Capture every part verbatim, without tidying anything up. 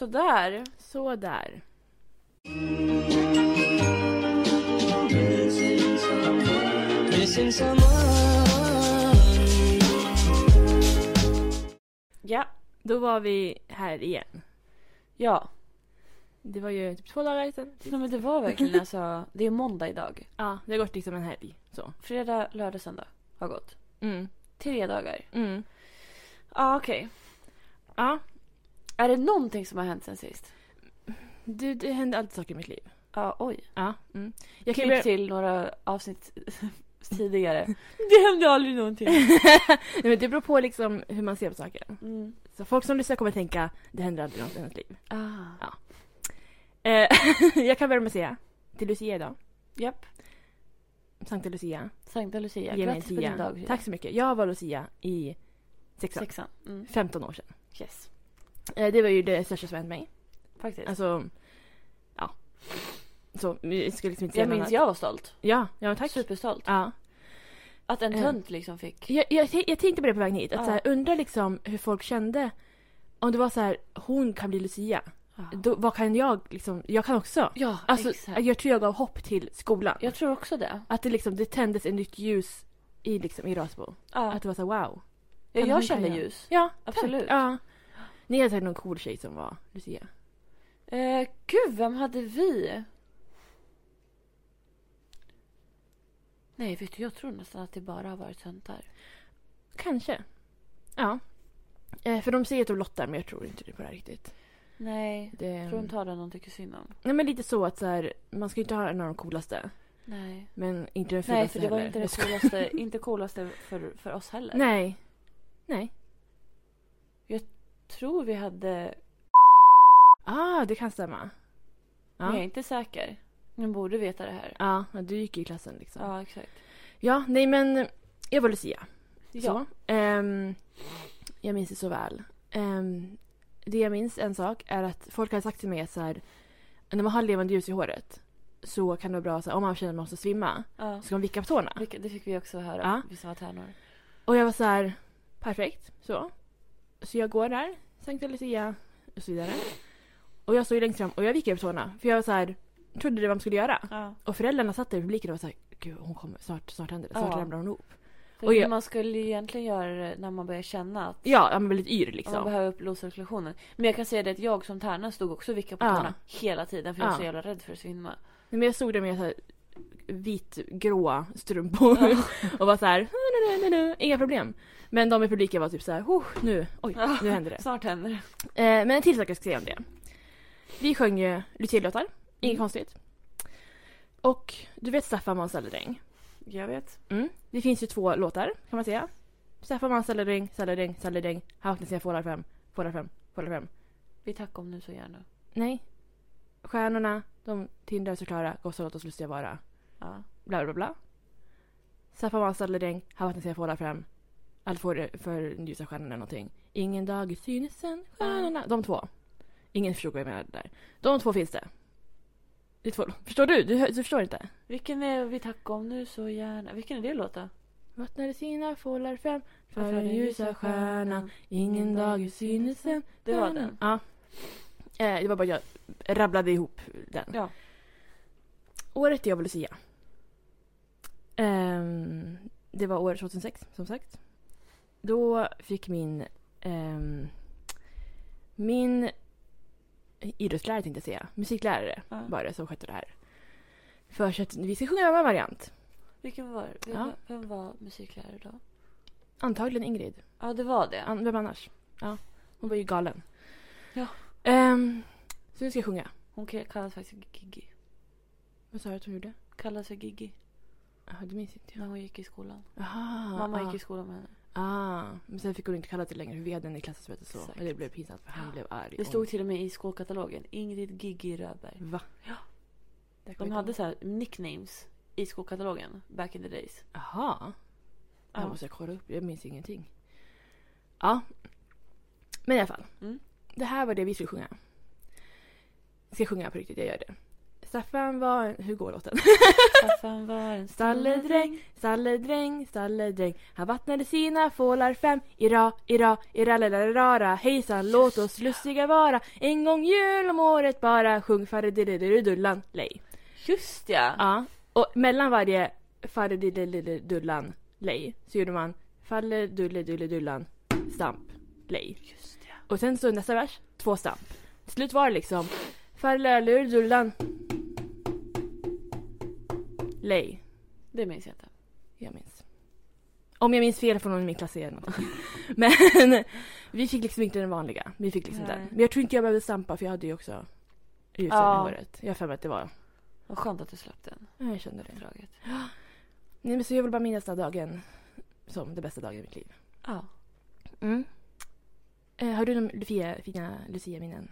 Så där. Så där. Ja, då var vi här igen. Ja. Det var ju typ två dagar sedan. Nej, men det var verkligen alltså, det är måndag idag. Ja, det har gått liksom en helg. Så. Fredag, lördag, söndag har gått. Mm. Tre dagar. Mm. Ja, okej. Okay. Ja. Är det någonting som har hänt sen sist? Det, det hände alltid saker i mitt liv. Ja, oj. Ja. Mm. Jag Klipp börja... till några avsnitt tidigare. Det hände aldrig någonting. Nej, men det beror på liksom hur man ser på saker. Mm. Så folk som lyssnar kommer tänka, det händer aldrig något i ens liv. Ah. Ja. Eh, jag kan börja med att säga till Lucia idag. Japp. Sankta Lucia. Sankta Lucia. Ge mig en Grattis på din tia. dag. Tack så mycket. Jag var Lucia i sexan. Sexan. Mm. femton år sedan. Yes. Eh, det var ju det största som hänt mig. Faktiskt. Alltså, ja. Så, jag skulle liksom inte säga jag minns annat. jag var stolt. Ja, ja tack. Superstolt. Ja. Att en Eh. tönt liksom fick. Jag, jag, jag tänkte på det på vägen hit. Att Ja. så här, undra liksom hur folk kände. Om det var så här, hon kan bli Lucia. Ja. Då, vad kan jag liksom, jag kan också. Ja, Alltså, exakt. jag tror jag gav hopp till skolan. Jag tror också det. Att det liksom, det tändes ett nytt ljus i liksom, i Rasbo. Ja, Att det var så här, wow. ja Kan jag hon- kände kan jag? ljus. Ja, Absolut. tack. Ja. Ni hade säkert någon cool tjej som var Lucia. Eh, gud, vem hade vi? Nej, vet du, jag tror nästan att det bara har varit töntar. Kanske. Ja. Eh, för de säger att de lottar, men jag tror inte det på det här riktigt. Nej, Det, jag tror de tar den de tycker synd om. nej, men lite så att så här, man ska inte ha en av de coolaste. Nej. Men inte den fulaste Nej, för det var heller. inte det Jag skojar. coolaste, inte coolaste för, för oss heller. Nej. Nej. Tror vi hade, Ah, det kan stämma. men jag är Ja. inte säker. Men borde veta det här. Ja, men du gick i klassen liksom. Ja, Ja, exakt. ja nej men jag var Lucia. Ja. Så. Ehm, jag minns det så väl. Ehm, det jag minns en sak är att folk hade sagt till mig att så här, när man har levande ljus i håret så kan det vara bra så här, om man känner att man måste svimma Ja. så ska man vicka på tårna. Vilka- Det fick vi också höra, Ja. vi som var tärnor. Och jag var så här, perfekt, så. Så jag går där, Sankta Lucia och så vidare. Och jag stod ju längst fram och jag vickade på tårna. För jag var så här, trodde det var man skulle göra. Ja. Och föräldrarna satt där i publiken och var så här, gud hon kommer, snart, snart händer det, snart Ja. ramlar hon ihop. För Och jag- man skulle ju egentligen göra det när man börjar känna att Ja, jag var väldigt yr man liksom. behöver upp blodcirkulationen. Men jag kan säga det att jag som tärna stod också och vickade på Ja. tårna hela tiden. För jag är Ja. så jävla rädd för att svimma. Nej, men jag stod där med så här vitgråa strumpor Ja. och var så här, "Nu, nu, nu, nu, inga problem. Men de i publiken var typ så här, oh, nu, oj, Ja. nu händer det. Snart händer det. Eh, men en till sak jag ska säga om det. Vi sjöng ju Lucia-låtar, inget Mm. konstigt. Och du vet Staffan Måns Salledräng? Jag vet. Mm. Det finns ju två låtar kan man säga. Staffan Måns Salledräng, Salledräng, Salledräng. Här vaknar sina fålar fem, fålar fem, fålar fem. Vi tackar om nu så gärna. Nej. Stjärnorna, de tindrar så klara, gossar låt oss lustiga vara. Ja. Bla bla bla. Staffan Måns Salledräng, här vaknar sina fålar fem. Allt får för den ljusa stjärnan eller någonting. Ingen dag i synesen, stjärnorna. De två. Ingen förstod vad jag menade där. De två finns det. Det är två. Förstår du? Du, du förstår inte. Vilken är vi tackar om nu så gärna? Vilken är det låta? Vattnade sina fålar fem för den ljusa stjärnan. Ingen dag i synesen. Det var den. Ja. Eh, det var bara jag rabblade ihop den. Ja. Året jag var Lucia. Ehm, det var år tjugohundrasex som sagt. Då fick min ehm, min idrottslärare tänkte jag säga. Musiklärare Ja. var det som skötte det här. För så att vi ska sjunga en variant. Vilken var vem, Ja. vem var musiklärare då? Antagligen Ingrid. Ja, det var det. An- vem annars? Ja, hon var ju galen. Ja. Ehm, så nu ska jag sjunga. Hon kallas faktiskt Gigi. Vad sa du att hon gjorde? Kallas för Gigi Ja, det minns inte jag. när hon gick i skolan. Aha, Mamma ah, gick i skolan med henne. ah. Men sen fick hon inte kalla det längre för vi hade en i klassen som hette så. Exakt. Och det blev pinsamt för han Ja. blev arg. Det stod till och med i skolkatalogen. Ingrid Gigi Rödberg. Va? Ja. Där kan De vi hade gå. så här nicknames i skolkatalogen back in the days. Jaha. Det här Ja. måste jag kolla upp. Jag minns ingenting. Ja. Men i alla fall. Mm. Det här var det vi skulle sjunga. Jag ska sjunga på riktigt, jag gör det. Staffan var en... Hur går låten? Staffan var en Stalledräng, stalledräng, stalledräng. Han vattnade sina fålar fem. Ira, ira, ira, lilla, rara. Hejsan, låt oss lustiga vara. En gång jul om året bara. Sjung faradidididullan, lej. Just ja. Ja, och mellan varje faradidididullan, lej, så gjorde man falledulledulledullan, stamp, lej. Just ja. Och sen så nästa vers, två stamp. Till slut var det liksom falledulledullan, lej. Det minns jag inte. Jag minns. Om jag minns fel från någon i min klass eller något. Men vi fick liksom inte den vanliga. Vi fick liksom Nej. den. Men jag tror inte jag behövde stampa, för jag hade ju också ljusen Ja. i håret. Jag har för mig att det var... Vad skönt att du släppte den. Ja, jag kände det. Draget. Nej, men så jag vill bara minnas den här dagen som det bästa dagen i mitt liv. Ja. Mm. Eh, har du några Lucia, fina Lucia-minnen?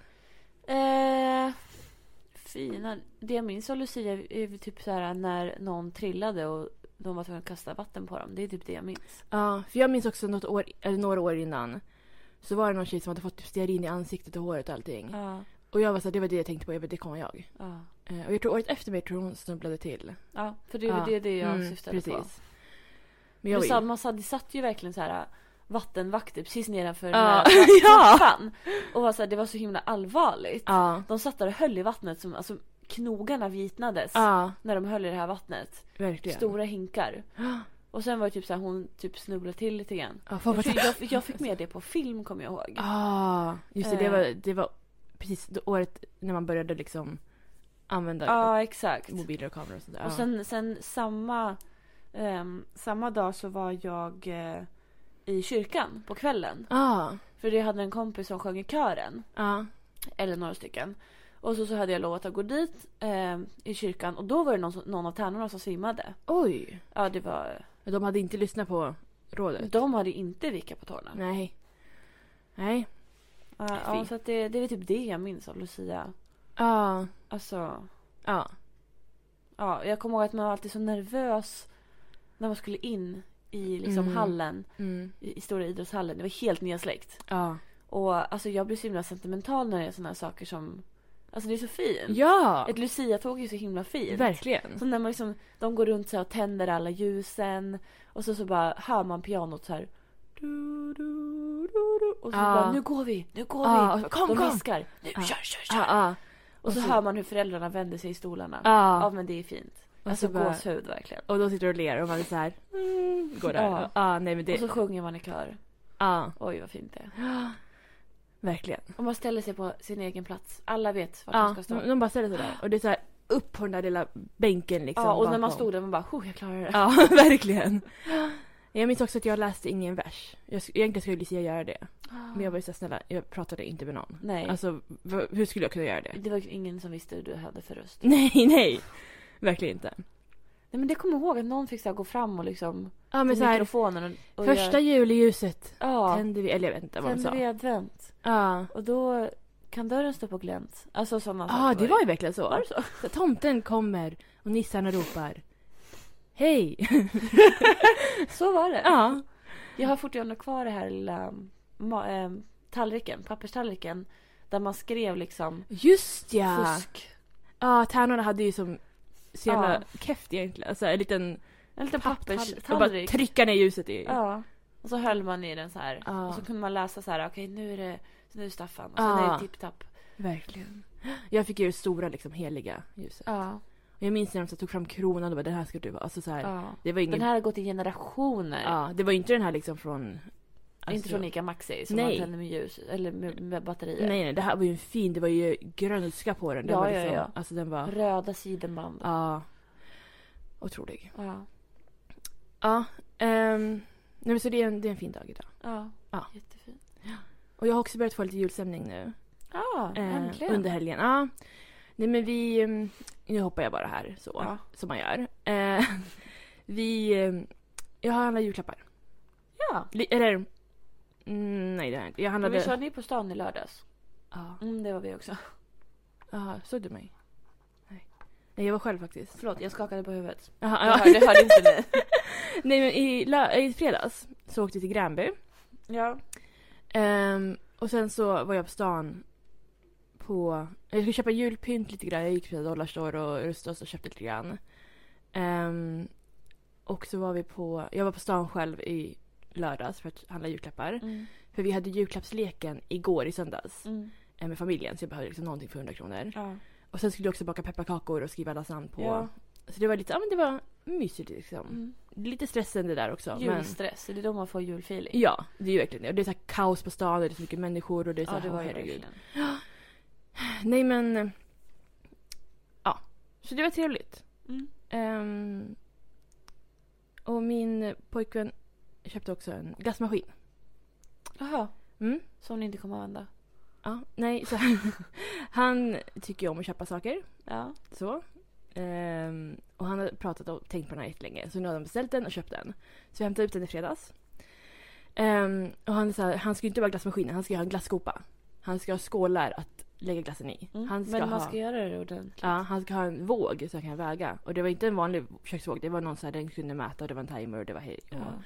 Eh, fina. Det jag minns av Lucia är typ så här när någon trillade och de var tvungna att kasta vatten på dem. Det är typ det jag minns. Ja, för jag minns också något år, eller några år innan. Så var det någon tjej som hade fått typ stearin i ansiktet och håret och allting. Ja. Och jag var så här, det var det jag tänkte på, jag vet, det kommer jag. Ja. Eh, och jag tror året efter mig tror hon snubblade till. Ja, för det Ja. är det, det jag Mm, syftade precis. på. Men jag Men var så, ju... man satt, det satt ju verkligen så här vattenvakter precis nedanför Ja. den här Ja. trappan. Och var så här, det var så himla allvarligt. Ja, De satt där och höll i vattnet som, alltså knogarna vitnades ja, när de höll i det här vattnet. verkligen. Stora hinkar. Och sen var det typ så här, hon typ snubblade till lite grann. Ja, folk var Jag, så- tror- jag, jag fick med det på film, kommer jag ihåg. Ah, just det, det Eh. var, det var precis det året när man började liksom använda Ja, exakt. mobiler och kameror och sånt där. Och sen, sen samma, ehm, samma dag så var jag eh, i kyrkan på kvällen. Ja, För jag hade en kompis som sjöng i kören. ja, Eller några stycken. Och så, så hade jag lovat att gå dit eh, i kyrkan. Och då var det någon, som- någon av tärnorna som svimmade. oj. Ja, det var... De hade inte lyssnat på rådet. De hade inte vickat på tårna. Nej. Nej. Ja, ja, så att det, det är typ det jag minns av Lucia. Ja, Alltså... ja, Ja, jag kommer ihåg att man var alltid så nervös när man skulle in i liksom Mm. hallen. mm, I, I stora idrottshallen. Det var helt nedsläckt. ja. Och alltså jag blir så himla sentimental när det är såna här saker som... Alltså det är så fint. Ja, Ett Lucia-tåg är så himla fint. verkligen. Så när man liksom, de går runt så här och tänder alla ljusen. Och så, så bara hör man pianot så här. Du, du, du, du, och så Ja. bara, nu går vi, nu går Ja, vi. kom, de kom. viskar, nu Ja. kör, kör, kör. Ja, ja. Och så och så- hör man hur föräldrarna vänder sig i stolarna. Ja, Ja. men det är fint. Och Alltså så bara- gåshud verkligen. Och då sitter du och ler och man är så här. Mm, går där. Ja. Ja, nej men det. Och så sjunger man i kör. Ja, Oj, vad fint det är. verkligen. Och man ställer sig på sin egen plats. Alla vet vart de Ja, ska stå. de, de bara ställer sig där. Och det är så här upp på den där lilla bänken liksom. Ja, och när man bakom. stod där man bara, oh, jag klarar det. Ja, verkligen. Jag minns också att jag läste ingen vers. Jag, sk- egentligen skulle Lucia göra det. Men jag var ju så snälla, jag pratade inte med någon. Nej, Alltså, v- hur skulle jag kunna göra det? det var ju ingen som visste hur du hade för röst. Nej, nej. Verkligen inte. Nej, men det kommer jag ihåg att någon fick så här gå fram och liksom Ja, men till så här, mikrofonen och, och första göra- juleljuset ja, tände vi, eller jag vet inte vad de tände sa. vi advent. Ja, Och då kan dörren stå på glänt. Alltså sådana ah, det var ju verkligen så. Var det så? Så tomten kommer och nissarna ropar. Hej! Så var det. Ja. Jag har fortfarande kvar det här lilla ma- äh, tallriken, papperstallriken där man skrev liksom Just ja! fusk. Ja, tärnorna hade ju som så jävla Ja. keft egentligen. Alltså en liten En liten och bara papperstallrik. trycka ner ljuset i. Ja. Och så höll man i den så här. Ja. Och så kunde man läsa så här, okej nu är det nu är det Staffan. Och sen Ja. är det tipp-tapp. Verkligen. Jag fick ju det stora liksom heliga ljuset. Ja. Och jag minns när de så tog fram kronan och bara, den här ska du vara. Alltså så här, ja. det var ingen... Den här har gått i generationer. Ja, det var ju inte den här liksom från... Alltså, Inte från Ica Maxi som Nej. man tänder med ljus eller med, med batterier. Nej, nej, det här var ju en fin, det var ju grönska på den. Den Ja, var ja, liksom, ja. Alltså den var... Röda sidenband. Ja. Otrolig. Ja. Ja. Um, nej, men så det är, en, det är en fin dag idag. Ja. Ja. Jättefint. Och jag har också börjat få lite julstämning nu. Ja, eh, äntligen. under helgen. Ja. Nej, men vi... mm, Nu hoppar jag bara här så. Ja. Som man gör. Eh, vi... mm, Jag har handlat julklappar. Ja. Li- eller... Mm, nej, det har jag inte. Jag Men handlade... vi körde ju på stan i lördags. Ja. Mm, det var vi också. Jaha, såg du mig? Nej. Nej, jag var själv faktiskt. Förlåt, jag skakade på huvudet. Jaha, Det ja. hörde, det hörde inte ni. Nej, men i, lö- i fredags så åkte vi till Gränby. Ja. Ehm, och sen så var jag på stan på... Jag skulle köpa julpynt lite grann. Jag gick på Dollarstore och Rustos och köpte lite grann. Um, och så var vi på... Jag var på stan själv i lördags för att handla julklappar. Mm. För vi hade julklappsleken igår i söndags. Mm. Med familjen. Så jag behövde liksom någonting för hundra kronor. Ja. Och sen skulle jag också baka pepparkakor och skriva allas namn på. Ja. Så det var lite... Ja, men det var mysigt liksom. Mm. Lite stressande där också. Julstress. Men... Är det då man får julfeeling? Ja, det är ju verkligen det. Och det är så här kaos på stan. Och det är så mycket människor. Och det är så ja, här... det var ju verkligen. Nej, men... Ja. Så det var trevligt. Mm. Um, och min pojkvän köpte också en glassmaskin. Jaha. Mm. Som ni inte kommer att använda. Ja, nej. Så han tycker ju om att köpa saker. Ja. Så. Um, och han har pratat och tänkt på den här jättelänge. Så nu har de beställt den och köpt den. Så vi hämtade ut den i fredags. Um, och han, så här, han ska ju inte bara glassmaskinen. Han ska ha en glasskopa. Han ska ha skålar att lägga glassen i. Mm. Han ska Men man ha, ska göra det ordentligt. Ja, han ska ha en våg så han kan väga. Och det var inte en vanlig köksvåg. Det var någon så här den kunde mäta och det var en timer och det var hej.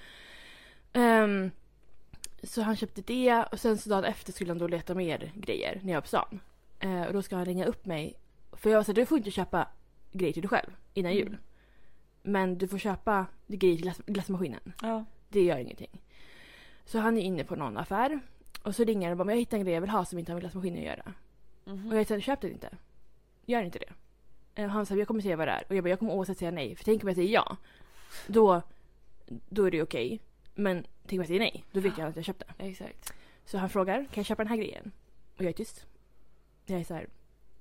Ja. Um, så han köpte det och sen så dagen efter skulle han då leta mer grejer när jag var på stan. Uh, och då ska han ringa upp mig. För jag var så här, du får inte köpa grejer till dig själv innan mm. jul. Men du får köpa grejer till glass, glassmaskinen. Ja. Det gör ingenting. Så han är inne på någon affär. Och så ringer han och bara, men jag hittar en grej jag vill ha som inte har med glassmaskinen att göra. Mm-hmm. Och jag säger, köp det inte. Gör inte det. Och han sa, jag kommer säga vad det är. Och jag bara, jag kommer oavsett säga nej. För tänk om jag säger ja. Då, då är det okej. Men tänk om jag säger nej. Då vet jag att jag köpte. Exakt. Så han frågar, kan jag köpa den här grejen? Och jag är tyst. Jag är så här.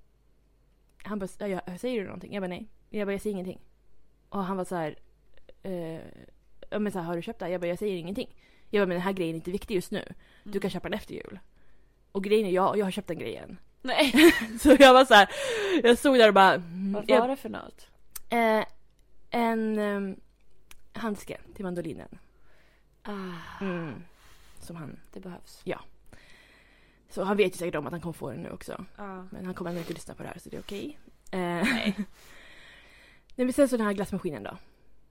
Han bara, ja, jag, säger du någonting? Jag bara, nej. Jag bara, jag säger ingenting. Och han var så här, eh, ja men så här, har du köpt det? Jag bara, jag säger ingenting. Jag bara, men den här grejen är inte viktig just nu. Mm. Du kan köpa den efter jul. Och grejen är, jag, jag har köpt den grejen. Nej. Så jag var så här, jag stod där och bara... Vad var jag, det för något? Eh, en um, handske till mandolinen. Ah. Mm, som han... Det behövs. Ja. Så han vet ju säkert om att han kommer få den nu också. Ah. Men han kommer ändå inte lyssna på det här så det är okej. Okay. Eh, Nej. När vi sen så den här glassmaskinen då.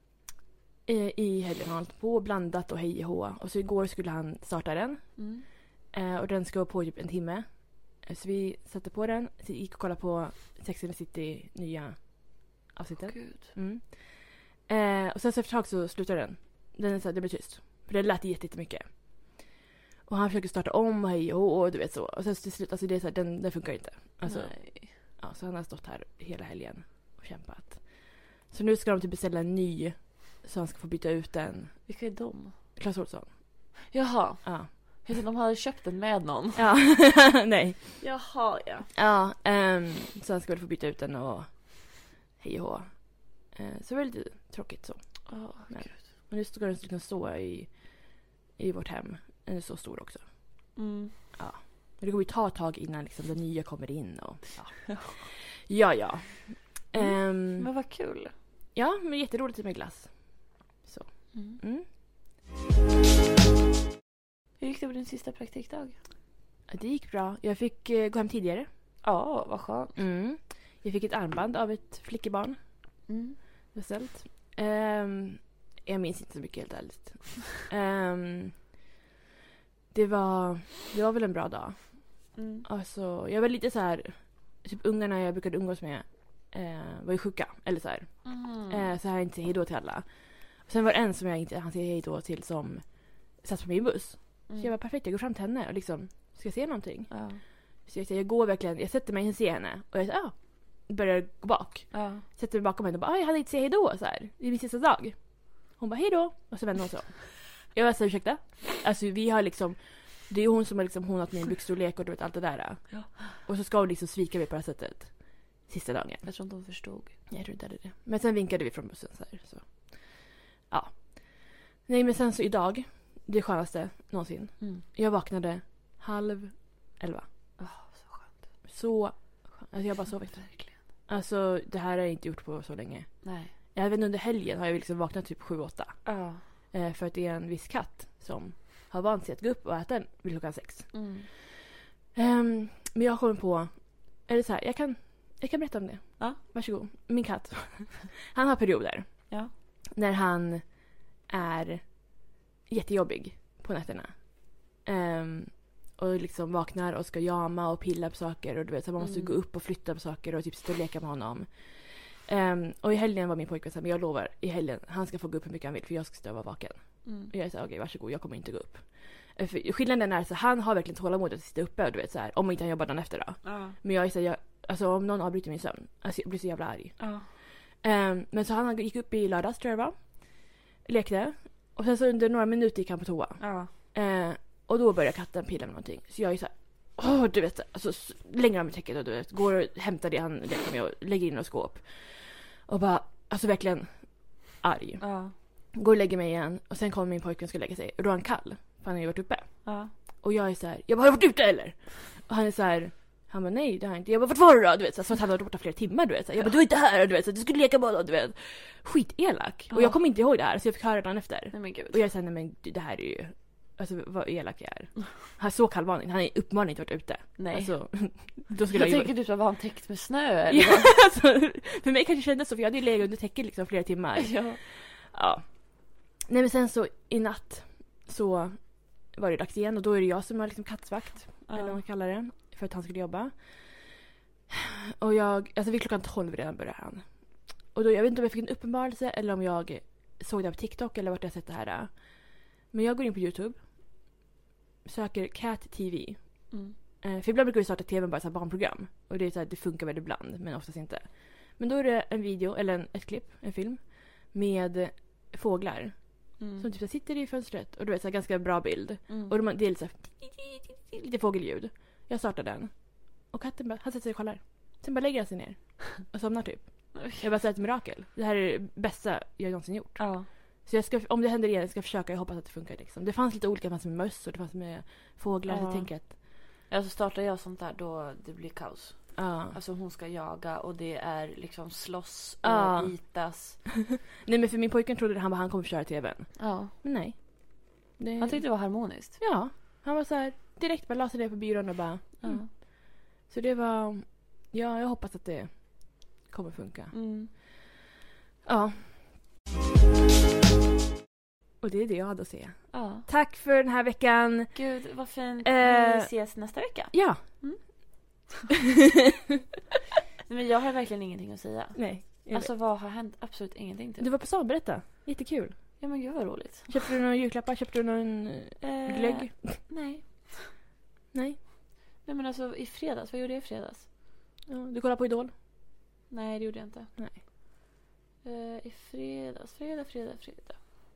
I helgen har han hållit på, blandat och hej och hå. Och så igår skulle han starta den. Mm. Eh, och den ska vara på typ en timme. Eh, så vi satte på den. Så gick och kollade på Sex and the City nya avsnittet. Oh, Gud. Mm. Eh, och sen så efter ett tag så slutar den. Den är så här, det blir tyst. För det lät jättemycket. Och han försöker starta om och hej och hå och du vet så. Och sen till slut, alltså det är så här, den, den funkar inte. Alltså, Nej. Ja, så han har stått här hela helgen och kämpat. Så nu ska de typ beställa en ny. Så han ska få byta ut den. Vilka är de? Clas Ohlson. Jaha. Ja. Jag tänkte de hade köpt den med någon. Ja, nej. Jaha, ja. Ja, um, så han ska väl få byta ut den och hej och hå. Uh, så det var lite tråkigt så. Oh, men, men nu ska den liksom stå i, i vårt hem. Den är så stor också. Mm. Ja. Men det kommer ju ta ett tag innan liksom, den nya kommer in. Och, ja, ja. ja. Mm. Um, men vad kul. Ja, men jätteroligt med glass. Så. Mm. Mm. Hur gick det på din sista praktikdag? Det gick bra. Jag fick uh, gå hem tidigare. Ja, vad skönt. Mm. Jag fick ett armband av ett flickebarn. Mm. Beställt. Um, jag minns inte så mycket helt ärligt. um, det, var, det var väl en bra dag. Mm. Alltså, jag var lite så här... Typ ungarna jag brukade umgås med uh, var ju sjuka. Eller så här. Mm. Uh, så jag inte säger hej då till alla. Och sen var det en som jag inte hann säga hej då till som satt på min buss. Mm. Så jag var perfekt, jag går fram till henne och liksom, ska jag se någonting? Ja. Så jag, jag går verkligen, jag sätter mig och ser henne. Och jag säger, ja. Börjar gå bak. Ja. Sätter mig bakom henne och bara, jag hade inte säga hej då så här. Det är min sista dag. Hon bara, hej då. Och så vänder hon så. Jag var så ursäkta. Alltså vi har liksom, det är hon som har liksom honat min byxstorlek och du vet allt det där. Ja. Och så ska hon liksom svika mig på det här sättet. Sista dagen. Jag tror inte hon förstod. Jag tror inte det. Men sen vinkade vi från bussen så här. Så. Ja. Nej men sen så idag, det skönaste någonsin. Mm. Jag vaknade halv elva. Oh, så skönt. Så skönt. Alltså jag bara sovit. Verkligen. Alltså det här har jag inte gjort på så länge. Nej. Jag vet under helgen har jag liksom vaknat typ sju åtta. Ja. Eh, för att det är en viss katt som har vant sig att gå upp och äta vid klockan sex. Mm. Um, men jag kommer på, eller så här, jag kan, jag kan berätta om det. Ja. Varsågod. Min katt. Han har perioder. Ja. När han är jättejobbig på nätterna. Um, och liksom vaknar och ska jama och pilla på saker och du vet så man måste Mm. gå upp och flytta på saker och typ sitta och leka med honom. Um, och i helgen var min pojkvän så här, men jag lovar, i helgen han ska få gå upp hur mycket han vill för jag ska stå och vara vaken. Mm. Och jag är så här, okej, varsågod, jag kommer inte gå upp. Uh, för skillnaden är så han har verkligen tålamod att sitta uppe och du vet så här, om inte han jobbar dagen efter då. Ja. Men jag är så här, jag, alltså om någon avbryter min sömn, alltså jag blir så jävla arg. Ja. Um, men så han gick upp i lördags tror jag det var. Lekte. Och sen så under några minuter gick han på toa. Ja. Uh, och då började katten pilla med någonting. Så jag är så här, åh du vet, alltså längre av mig täcket och du vet, går och hämtar det han leker med och lägger in i skåp. Och bara, alltså verkligen arg. Ja. Går och lägger mig igen. Och sen kommer min pojke och ska lägga sig. Och då är han kall. För han har ju varit uppe. Ja. Och jag är så här, jag bara, har du varit ute eller? Och han är så här, han bara, nej det har jag inte. Jag bara, vart var du då? Du vet, så, så att han var borta flera timmar, du vet. Så, jag bara, du är inte här, du vet. Så, du skulle leka boll, du vet. Skitelak. Ja. Och jag kommer inte ihåg det här. Så jag fick höra den efter. Nej men gud. Och jag är så här, nej men det här är ju, alltså vad elak jag är. Han är så kallvarning. Han är uppenbarligen inte varit ute. Nej. Alltså, då skulle jag jag ju... tänker du så var han täckt med snö eller? Ja, alltså, för mig kanske kändes så, för jag hade ju legat under täcket liksom flera timmar. Ja. Ja. Nej men sen så i natt så var det dags igen och då är det jag som är liksom kattsvakt. Ja. Eller vad man kallar det. För att han skulle jobba. Och jag, alltså vid klockan tolv redan började han. Och då, jag vet inte om jag fick en uppenbarelse eller om jag såg det på TikTok eller vart jag sett det här. Men jag går in på YouTube. Söker Cat T V. Mm. För ibland brukar vi starta tvn bara så här barnprogram. Och det är så här, det funkar väl ibland, men oftast inte. Men då är det en video, eller en, ett klipp, en film. Med fåglar. Mm. Som typ så här sitter i fönstret. Och du vet, så här, ganska bra bild. Mm. Och de, det är lite så här, lite fågelljud. Jag startar den. Och katten bara, han sätter sig och kollar. Sen bara lägger han sig ner. Och somnar typ. Jag bara säger ett mirakel. Det här är det bästa jag någonsin gjort. Ja. Så jag ska, om det händer igen, ska jag försöka. Jag hoppas att det funkar liksom. Det fanns lite olika, det fanns med möss och det fanns med fåglar. Ja. Så jag tänker att, Alltså startar jag sånt där då det blir kaos. ja. Alltså hon ska jaga och det är liksom slåss och Ja. bitas. Nej men för min pojken trodde han bara, han kommer köra tvn. Ja. Men nej. Det, Han tyckte det var harmoniskt. Ja. Han var så här, direkt bara la sig ner på byrån och bara, Ja. mm. Så det var, ja jag hoppas att det kommer funka. Mm. Ja. Och det är det jag hade att säga. Ja. Tack för den här veckan. Gud vad fint. Eh. Vi ses nästa vecka. Ja. Mm. Men jag har verkligen ingenting att säga. Nej. jag Alltså vad har hänt? Absolut ingenting vet. typ. Du var på stan, berätta. Jättekul. Ja men gud vad roligt. Köpte du några julklappar? Köpte du någon Eh, glögg? Nej. Nej. Nej men alltså i fredags. Vad gjorde jag i fredags? Ja, du kollar på Idol? Nej det gjorde jag inte. Nej. Eh, I fredags. Fredag, fredag, fredag.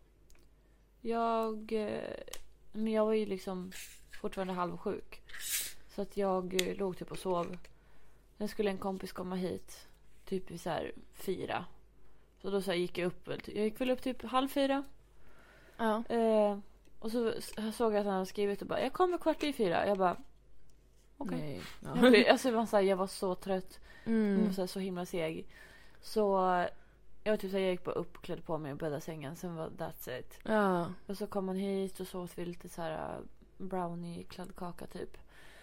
Jag... Eh, men jag var ju liksom fortfarande halvsjuk. Så att jag eh, låg typ och sov. Sen skulle en kompis komma hit. Typ vid så här fyra. Så då så här gick jag upp. Jag gick väl upp typ halv fyra. Ja. Eh, och så s- såg jag att han hade skrivit och bara, jag kommer kvart i fyra. Jag bara, okej. Nej. Jag, Ja. blev- alltså, man, så här, jag var så trött. Mm. Och så, här, så himla seg. Så jag, var typ, så här, jag gick bara upp, klädde på mig och bäddade sängen. Sen var that's it. Ja. Och så kom han hit och så åt vi lite så här brownie kladdkaka typ.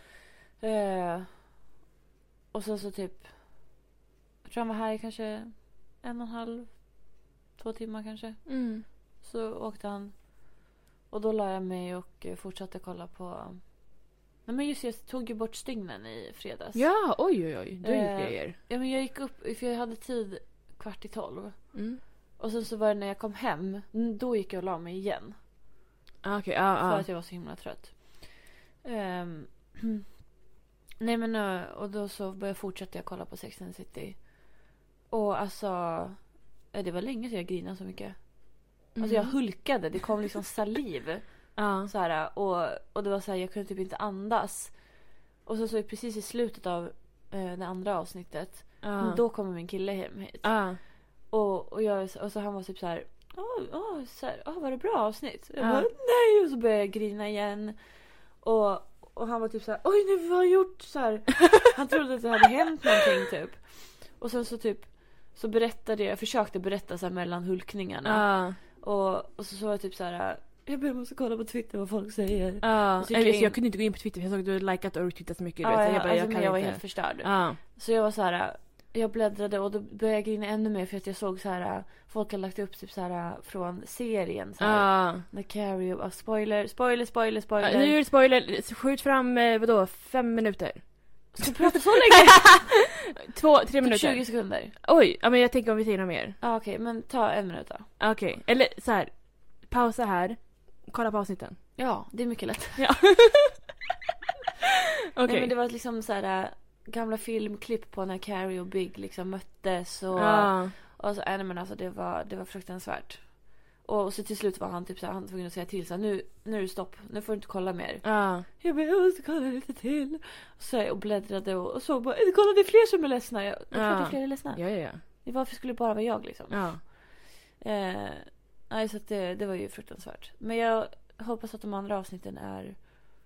Eh, och sen så typ, jag tror han var här i kanske en och en halv, två timmar kanske. Mm. Så åkte han. Och då la jag mig och eh, fortsatte kolla på... Nej men just det, jag tog ju bort stygnen i fredags. Ja, oj oj oj. Du har gjort Eh, grejer. Ja men jag gick upp, för jag hade tid kvart i tolv. Mm. Och sen så var det när jag kom hem, mm, då gick jag och la mig igen. Ah, okej, ja, För ja. att jag var så himla trött. Ehm, nej men eh, och då så började jag fortsätta jag kolla på Sex and the City. Och alltså, eh, det var länge sedan jag grinade så mycket. Alltså jag hulkade, det kom liksom saliv. Ja. Så här, och, och det var så här, jag kunde typ inte andas. Och så så precis i slutet av eh, det andra avsnittet, Ja. då kommer min kille hem hit. Ja. Och, och, jag, och så han var typ så här, åh, åh, så här, åh var det bra avsnitt? Jag Ja. bara, nej! Och så började jag grina igen. Och, och han var typ så här, oj nej vad har jag gjort? Så här, han trodde att det hade hänt någonting typ. Och sen så typ, så berättade jag, jag försökte berätta så här mellan hulkningarna. Ja. Och, och så så var jag typ så här, jag bara måste kolla på Twitter vad folk säger. Ja. Så gick Jag, jag visst, in- jag kunde inte gå in på Twitter för jag såg att du hade likat och retweetat så mycket. Ja, du vet, så jag, jag, bara, alltså, jag men kan jag var inte. helt förstörd. Ja. Så jag var så här, jag bläddrade och då började jag grina ännu mer för att jag såg så här, folk har lagt upp typ så här från serien så här, Ah. The Carrie, uh, spoiler, spoiler, spoiler, spoiler. Ah, nu är det spoiler, skjut fram, eh, vadå, fem minuter. Ska vi prata så länge? Två, tre minuter. Typ tjugo sekunder. Oj, ja, men jag tänker om vi säger något mer. Ja, ah, okej, okay, men ta en minut då. Okej, okay. Eller så här, pausa här, kolla på avsnitten. Ja, det är mycket lätt. Ja. Okej. Okay. Men det var liksom så här gamla filmklipp på när Carrie och Big liksom möttes och ah. och så nej men alltså det var det var fruktansvärt. Och, och så till slut var han typ så här, han tvungen att säga till så här, nu nu är det stopp. Nu får du inte kolla mer. Ah. Jag bara, jag måste kolla lite till. Och så och bläddrade och, och så bara, kolla det är fler som är ledsna. Jag, det är klart det är fler är ledsna. Ja ja ja. Det varför skulle det bara vara jag liksom? Ja. Eh, nej så att det det var ju fruktansvärt. Men jag hoppas att de andra avsnitten är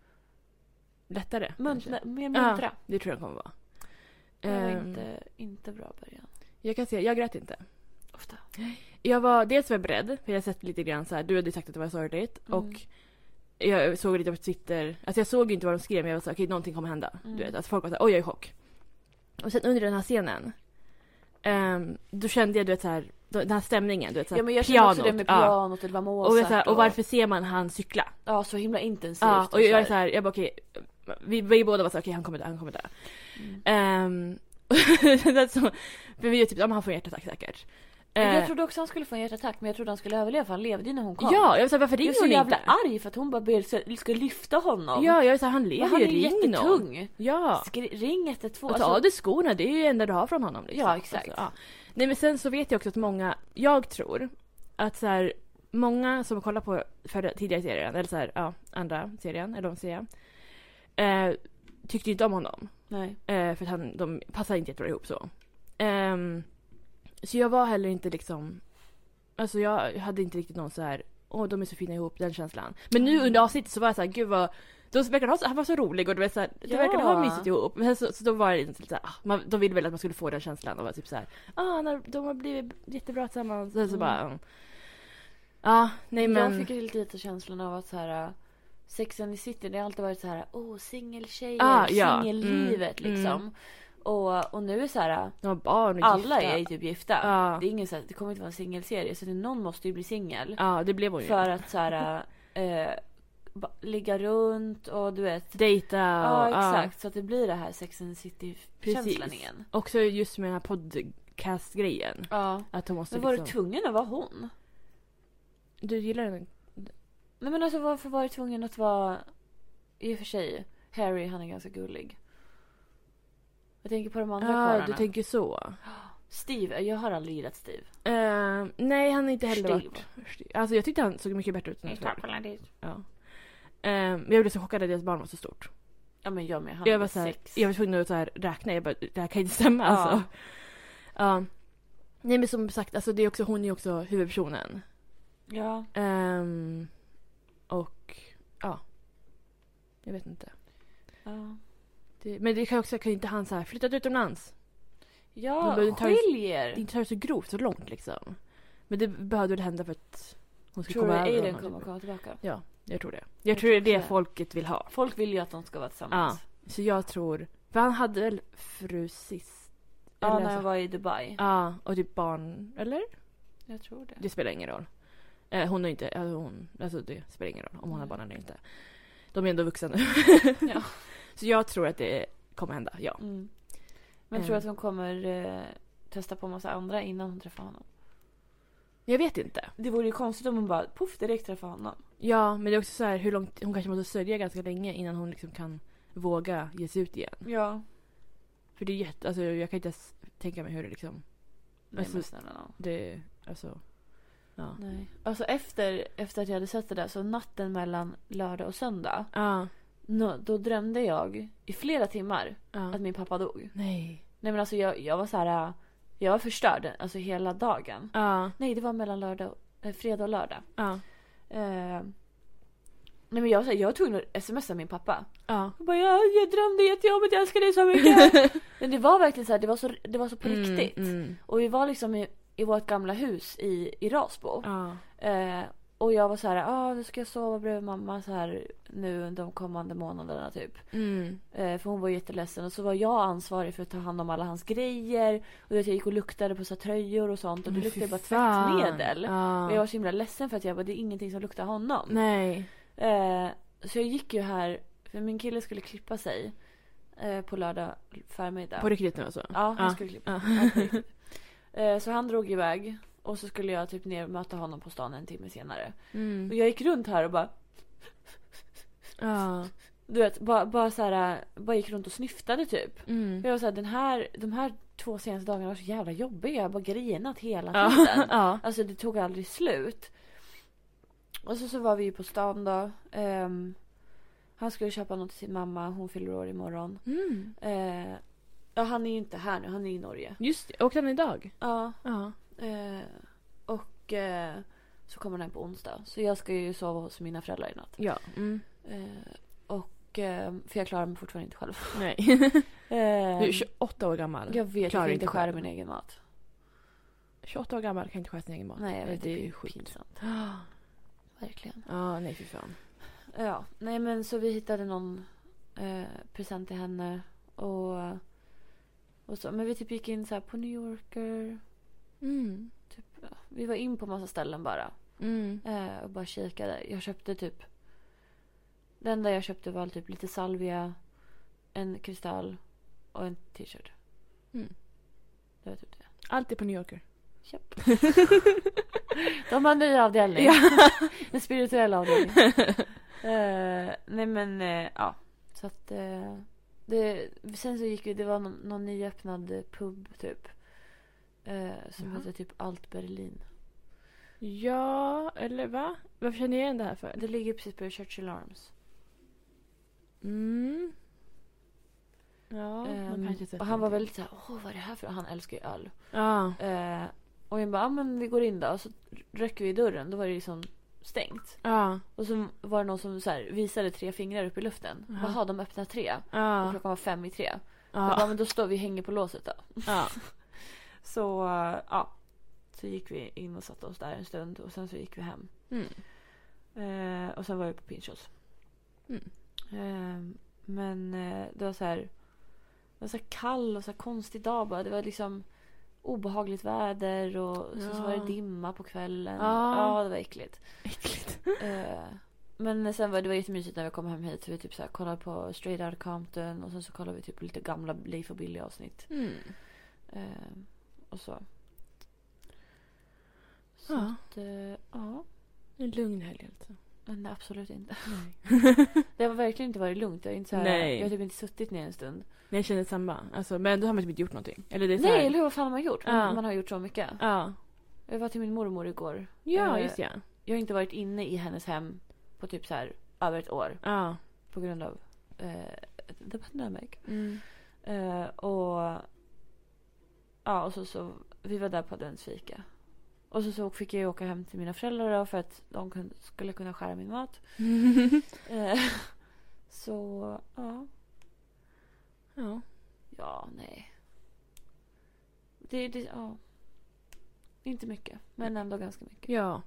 lättare. Muntra, mer muntra. Ja, det tror jag kommer vara. Det var um, inte, inte bra början. Jag kan säga, jag grät inte. Ofta. Jag var dels var beredd, för jag har sett lite grann så här, du hade sagt att det var sorgligt. Mm. Och jag såg lite på Twitter, alltså jag såg ju inte vad de skrev, men jag var så okej, okay, någonting kommer hända. Mm. Du vet, alltså folk var så här, oj jag är i chock. Och sen under den här scenen, um, då kände jag, du vet så här, den här stämningen, du vet så här, ja, men jag pianot. också det med pianot, ja. Det var Mozart. Och, vet, så här, och varför ser man han cykla? Ja, så himla intensivt. Ja, och, och jag är så här, jag bara okej, okay, vi, vi båda var så okej, okay, han kommer dö, han kommer dö. Mm. Um, så, för vi är typ, ja, han får en hjärtattack säkert. Jag trodde också han skulle få en hjärtattack, men jag trodde han skulle överleva för han levde när hon kom. Ja, jag var så här, varför ringer hon inte? Jag är så jävla arg för att hon bara ber, ska lyfta honom. Ja, jag är så här, han lever ju, han är ring jättetung. Någon. Ja. Skri- ring ett ett två. Och ta av dig skorna, det är ju det enda du har från honom. Liksom. Ja, exakt. Alltså, ja. Nej, men sen så vet jag också att många, jag tror att så här, många som kollar på för tidigare serien, eller så här, ja, andra serien, eller vad man säger, eh, tyckte inte om honom. Nej. Eh, för att han, de passar inte jättebra ihop så. Um, så jag var heller inte liksom, alltså jag hade inte riktigt någon så här, åh de är så fina ihop, den känslan. Men nu under avsnittet så var jag så här, gud vad, de verkade ha så, han var så rolig och det var så här, det ja. verkade ha mysigt ihop. Men så, så då var det lite så här, man, de ville väl att man skulle få den känslan och var typ så här, ah när de har blivit jättebra tillsammans. Så, mm. så bara, ja, ah, nej men. Jag fick lite känslan av att så här, Sex and the City, det har alltid varit så här, åh singeltjejer, ah, ja. singellivet mm. liksom. Mm. Och, och nu är det så här, de har barn och alla gifta. är typ gifta. Ah. Det är ingen så här, det kommer inte vara en singelserie så det, någon måste ju bli singel. Ja, ah, det blev hon ju. För att så här, eh, ba, ligga runt och du vet dejta. Ja, och, exakt. Ah. Så att det blir det här Sex and the City-känslan igen. Också just med den här podcast-grejen. Ja. Att hon måste men var liksom... du tvungen att vara hon? Du gillar den? Nej men alltså varför var du tvungen att vara... I och för sig, Harry han är ganska gullig. Jag tänker på de andra Ja, karlarna. du tänker så. Steve, jag har aldrig gillat Steve. Uh, nej, han är inte heller Steve. varit... Alltså jag tyckte han såg mycket bättre ut. Jag ja. uh, men jag blev så chockad att deras barn var så stort. Ja men jag med, han jag var så här, sex. Jag var tvungen att så här räkna, jag bara, det här kan inte stämma ja. alltså. Uh, nej men som sagt, alltså det är också, hon är också huvudpersonen. Ja. Um, och ja. Jag vet inte. Ja. Det, men det kan också, kan ju inte han så här flyttat utomlands. Ja, skiljer. Det inte tar så grovt, så långt liksom. Men det behövde väl hända för att hon skulle tror komma över. Tror du Aiden kommer komma tillbaka? Ja, jag tror det. Jag, jag tror det är det det. folket vill ha. Folk vill ju att de ska vara tillsammans. Ja, så jag tror... För han hade väl fru sist? Ja, eller när så. han var i Dubai. Ja, och typ barn, eller? Jag tror det. Det spelar ingen roll. Eh, hon är inte... Alltså, hon, alltså det spelar ingen roll om hon mm. har barn eller inte. De är ändå vuxna nu. Ja. Så jag tror att det kommer hända, ja. Mm. Men tror du att hon kommer eh, testa på en massa andra innan hon träffar honom? Jag vet inte. Det vore ju konstigt om hon bara puff direkt träffar honom. Ja, men det är också så här hur långt hon kanske måste sörja ganska länge innan hon liksom kan våga ge sig ut igen. Ja. För det är jätte, alltså jag kan inte ens tänka mig hur det liksom. Nej, alltså, men snälla någon. Det alltså ja. Nej. Alltså efter efter att jag hade sett det där så natten mellan lördag och söndag. Ja. No, då drömde jag i flera timmar ja. att min pappa dog. Nej. Nej men alltså jag jag var så här jag var förstörd alltså hela dagen. Ja. Nej, det var mellan lördag äh, fredag och lördag. Ja. Eh, nej men jag så jag tog att smsa min pappa. Ja. Jag bara jag, jag drömde jättejobbigt, jag älskar dig så mycket. Men det var verkligen så här, det var så det var så på mm, riktigt. Mm. Och vi var liksom i, i vårt gamla hus i i Rasbo. Ja. Eh, och jag var så här, ja, ah, nu ska jag sova bredvid mamma så här nu de kommande månaderna typ. Mm. Eh, för hon var jätteledsen. Och så var jag ansvarig för att ta hand om alla hans grejer. Och jag gick och luktade på så här tröjor och sånt. Och det Men luktade fy bara fan. tvättmedel. Ja. Och jag var så himla ledsen för att jag bara, det är ingenting som luktar honom. Nej. Eh, så jag gick ju här, för min kille skulle klippa sig eh, på lördag förmiddag. På riktigt nu alltså? Ja, han Ja. skulle klippa Ja. ja, på riktigt. eh, Så han drog iväg. Och så skulle jag typ ner och möta honom på stan en timme senare. Mm. Och jag gick runt här och bara, Ja. du vet, bara, bara så här, bara gick runt och snyftade typ. Mm. Jag var så här, den här, de här två senaste dagarna var så jävla jobbiga. Jag har bara grinat hela Ja. tiden. Ja. Alltså det tog aldrig slut. Och så, så var vi ju på stan då. Ehm, han skulle köpa något till sin mamma. Hon fyller år imorgon. Mm. Eh, ja, han är ju inte här nu. Han är i Norge. Just det. Åkte han idag? Ja. Ja. Eh, och eh, så kommer han på onsdag. Så jag ska ju sova hos mina föräldrar i natt. Ja. Mm. Eh, och, eh, för jag klarar mig fortfarande inte själv. Nej. Eh, Du är tjugoåtta år gammal. jag vet, jag Klarar kan inte inte skära själv. min egen mat. tjugoåtta år gammal kan inte skära sin egen mat. Nej, jag vet, det är det ju är sjukt. pinsamt. Ja, Verkligen. nej fy fan. Ja, nej men så vi hittade någon eh, present till henne och, och så. Men vi typ gick in så här på New Yorker. Mm. Typ, ja, vi var in på massa ställen bara. Mm. Eh, och bara kikade. Jag köpte typ, det enda jag köpte var typ lite salvia, en kristall och en t-shirt. Mm. Det var typ det. Allt är på New Yorker. Japp. De har en ny avdelning. Ja. En spirituell avdelning. Eh, nej men eh, ja. Så att eh, det, sen så gick vi, det var någon, någon nyöppnad pub typ. Eh, som Jaha. heter typ Alt Berlin. Ja, eller va? Varför känner jag igen det här för? Det ligger precis på Churchill Arms. Mm. Ja, man Ehm, kanske sett och han var någonting. väldigt så här, åh vad är det här för? Han älskar ju öl. Ja. Eh, och jag bara, ja men vi går in då. Och så röker vi i dörren. Då var det liksom stängt. Ja. Och så var det någon som så här, visade tre fingrar upp i luften. Jaha. Jaha, de öppnar tre. Och Ja. klockan var fem i tre. Jag Ja. bara, men då står vi och hänger på låset då. Ja. Så uh, ja. Så gick vi in och satte oss där en stund. Och sen så gick vi hem. Mm. Eh, och sen var vi på Pinchos. Mm. Eh, men eh, det var så här. Det var så här kall och så här konstig dag bara. Det var liksom obehagligt väder. Och så, Ja. så var det dimma på kvällen. Ja. Ja, det var äckligt. Äckligt. Eh, men sen var det var jättemysigt när vi kom hem hit. Så vi typ så här kollade på Straight Outta Compton. Och sen så kollade vi typ på lite gamla Leif och Billy avsnitt. Mm. Eh, och så. Så Ja. att, eh, ja. En lugn helg alltså. Men absolut inte. Nej. Det har verkligen inte varit lugnt. Jag har, inte så här, Nej. jag har typ inte suttit ner en stund. Jag känner samma. Alltså, men då har man typ inte gjort någonting. Eller det är så här... Nej, eller hur? Vad fan har man gjort? Ja. Man har gjort så mycket. Ja. Jag var till min mormor igår. Ja, Eh, just ja. Jag har inte varit inne i hennes hem på typ så här över ett år. Ja. På grund av eh, the pandemic. Mm. Eh, och ja, och så, så vi var där på adventsfika. Och så, så fick jag ju åka hem till mina föräldrar då, för att de kunde, skulle kunna skära min mat. Eh, så ja. Ja. Ja, nej. Det, det, ja. Inte mycket, men ändå ganska mycket. Ja.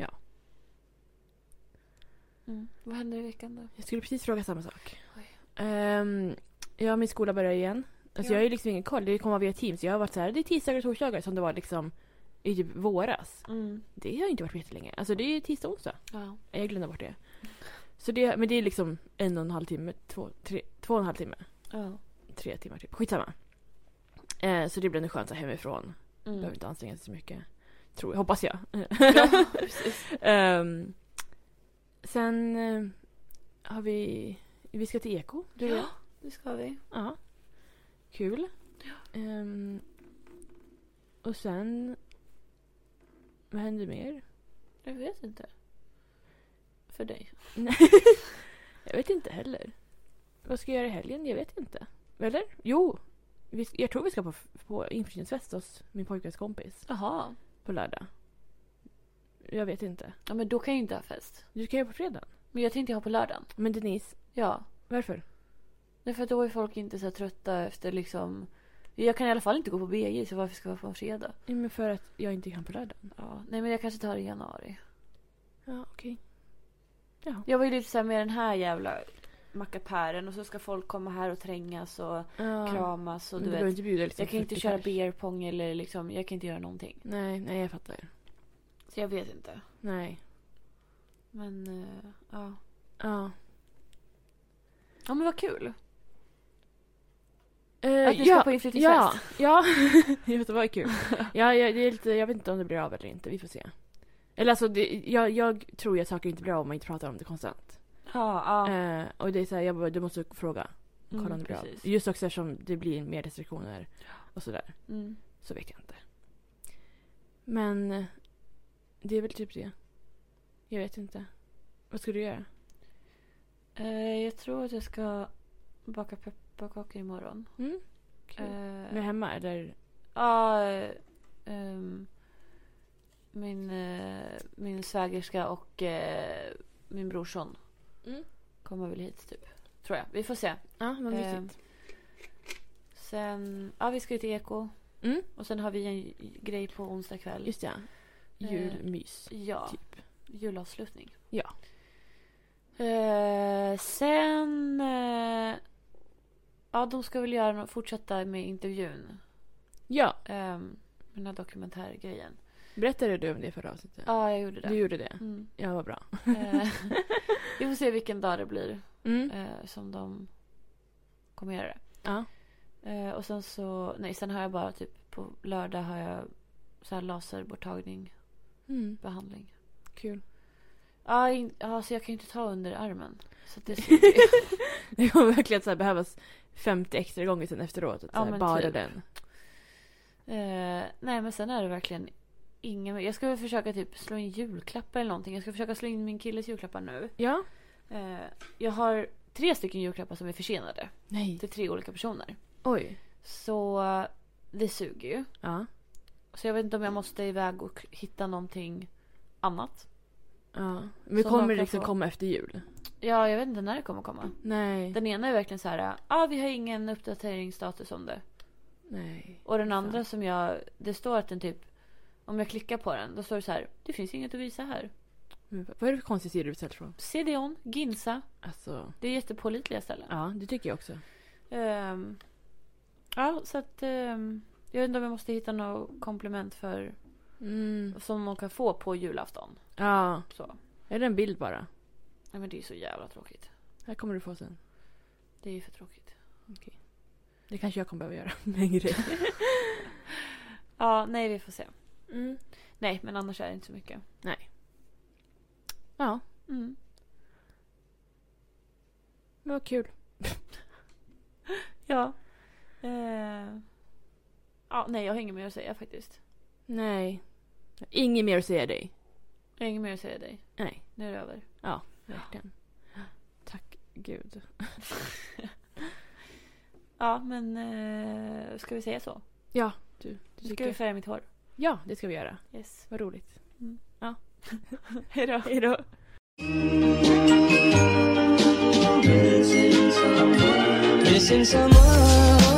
Mm. Vad händer i veckan då? Jag skulle precis fråga samma sak. Oj. Um, ja, min skola börjar igen. Alltså Ja. jag har ju liksom ingen koll. Det kommer via Teams. Jag har varit så här, det är tisdagar och torsdagar som det var liksom i typ våras. Mm. Det har inte varit på jättelänge. Alltså det är tisdag och onsdag. Ja. Jag glömde bort det. Så det, men det är liksom en och en halv timme, två, tre, två och en halv timme. Ja. Tre timmar typ. Skitsamma. Eh, så det blir ändå skönt så här hemifrån. Mm. Behöver inte anstränga sig så mycket. Tror jag, hoppas jag. Ja, precis. um, sen eh, har vi, vi ska till Eko. Du och jag. Ja, det ska vi. Ja. Kul. Ehm, och sen... Vad händer mer? Jag vet inte. För dig. Nej. Jag vet inte heller. Vad ska jag göra i helgen? Jag vet inte. Eller? Jo. Vi, jag tror vi ska på, på inflyttningsfest hos min pojkens kompis. Jaha. På lördag. Jag vet inte. Ja, men då kan jag ju inte ha fest. Du ska göra på fredag. Men jag tänkte ha på lördagen. Men Denise, Ja. varför? Därför att då är folk inte så här trötta efter liksom... Jag kan i alla fall inte gå på B J, så varför ska jag vara på en fredag? Ja, men för att jag inte kan på lördagen. Ja. Nej, men jag kanske tar det i januari. Ja, okej. Ja. Jag var ju lite så här med den här jävla mackapären och så ska folk komma här och trängas och Ja. kramas och Men du du behöver vet. inte bjuda liksom Jag kan inte fyrtio köra pers. beer pong eller liksom, jag kan inte göra någonting. Nej, nej jag fattar. Så jag vet inte. Nej. Men uh, ja. Ja. Ja men vad kul. Uh, Att ni ska på inflyttningsfest. Ja, ja. Jag vet, det var kul. Ja, jag, det är lite, jag vet inte om det blir av eller inte. Vi får se. Eller alltså, det, jag, jag tror ju att saker inte blir av om man inte pratar om det konstant. Ja, ja. Uh, och det är så här, jag bara, du måste fråga. Kolla Mm, om det blir av. precis. Just också eftersom det blir mer restriktioner och sådär. Mm. Så vet jag inte. Men eh, det är väl typ det. Jag vet inte. Vad ska du göra? Uh, jag tror att jag ska baka pepparkakor imorgon. Mm? Kul. Uh, Med hemma eller? Ja, ehm, min, eh, min svägerska och eh, min brorson Mm. kommer väl hit typ. Tror jag. Vi får se. Ja, vad Ehm, mysigt. sen, ja vi ska ju till Eko. Mm. Och sen har vi en grej på onsdag kväll. Just ja. Julmys. Ja, Typ. julavslutning. Ja. Eh, sen, eh, ja de ska väl göra, nå- fortsätta med intervjun. Ja. Um, den här dokumentärgrejen. Berättade du om det förra avsnittet? Ja, jag gjorde det. Du gjorde det? Mm. Ja, vad bra. Eh, vi får se vilken dag det blir Mm. eh, som de kommer göra det. Ja. Eh, och sen så, nej sen har jag bara typ på lördag har jag så här laserborttagning, Mm. behandling. Kul. Ja, in, ja, så jag kan ju inte ta under armen. Så att det suger. Det kommer verkligen så här behövas femtio extra gånger sen efteråt. Att Ja, så här, men bara typ. den. eh, nej men sen är det verkligen ingen. Jag ska väl försöka typ slå in julklappar eller någonting. Jag ska försöka slå in min killes julklappar nu. Ja. Eh, jag har tre stycken julklappar som är försenade. Nej. Till tre olika personer. Oj. Så eh, det suger ju. Ja. Så jag vet inte om jag måste iväg och hitta någonting annat. Ja. Men Som kommer de det kan liksom få. komma efter jul? Ja, jag vet inte när det kommer komma. Nej. Den ena är verkligen så här, ja ah, vi har ingen uppdateringsstatus om det. Nej. Och den Fan. andra som jag, det står att den typ, om jag klickar på den, då står det så här, det finns inget att visa här. Men vad är det för konstig sida du beställt från? C D O N, Ginsa, Alltså. det är jättepålitliga ställen. Ja, det tycker jag också. Ehm, ja, så att ehm, jag vet inte om jag måste hitta något komplement för Mm. som man kan få på julafton. Ja. Så. Är det en bild bara? Nej men det är så jävla tråkigt. Här kommer du få sen. Det är ju för tråkigt. Det kanske jag kommer behöva göra. Med en grej. Ja, nej vi får se. Mm. Nej, men annars är det inte så mycket. Ja. Mm. Men vad kul. Ja. Eh. Ja, nej jag har inget mer att säga faktiskt. Nej. Inget mer att säga dig. Jag har inget mer att säga dig. Nej. Nu är det över. Ja, verkligen. Tack Gud. Ja, men eh, ska vi säga så? Ja, du. du Nu ska tycker... vi färga mitt hår. Ja, det ska vi göra. Yes. Vad roligt. Mm. Ja. Hej då. Hej då. Missing someone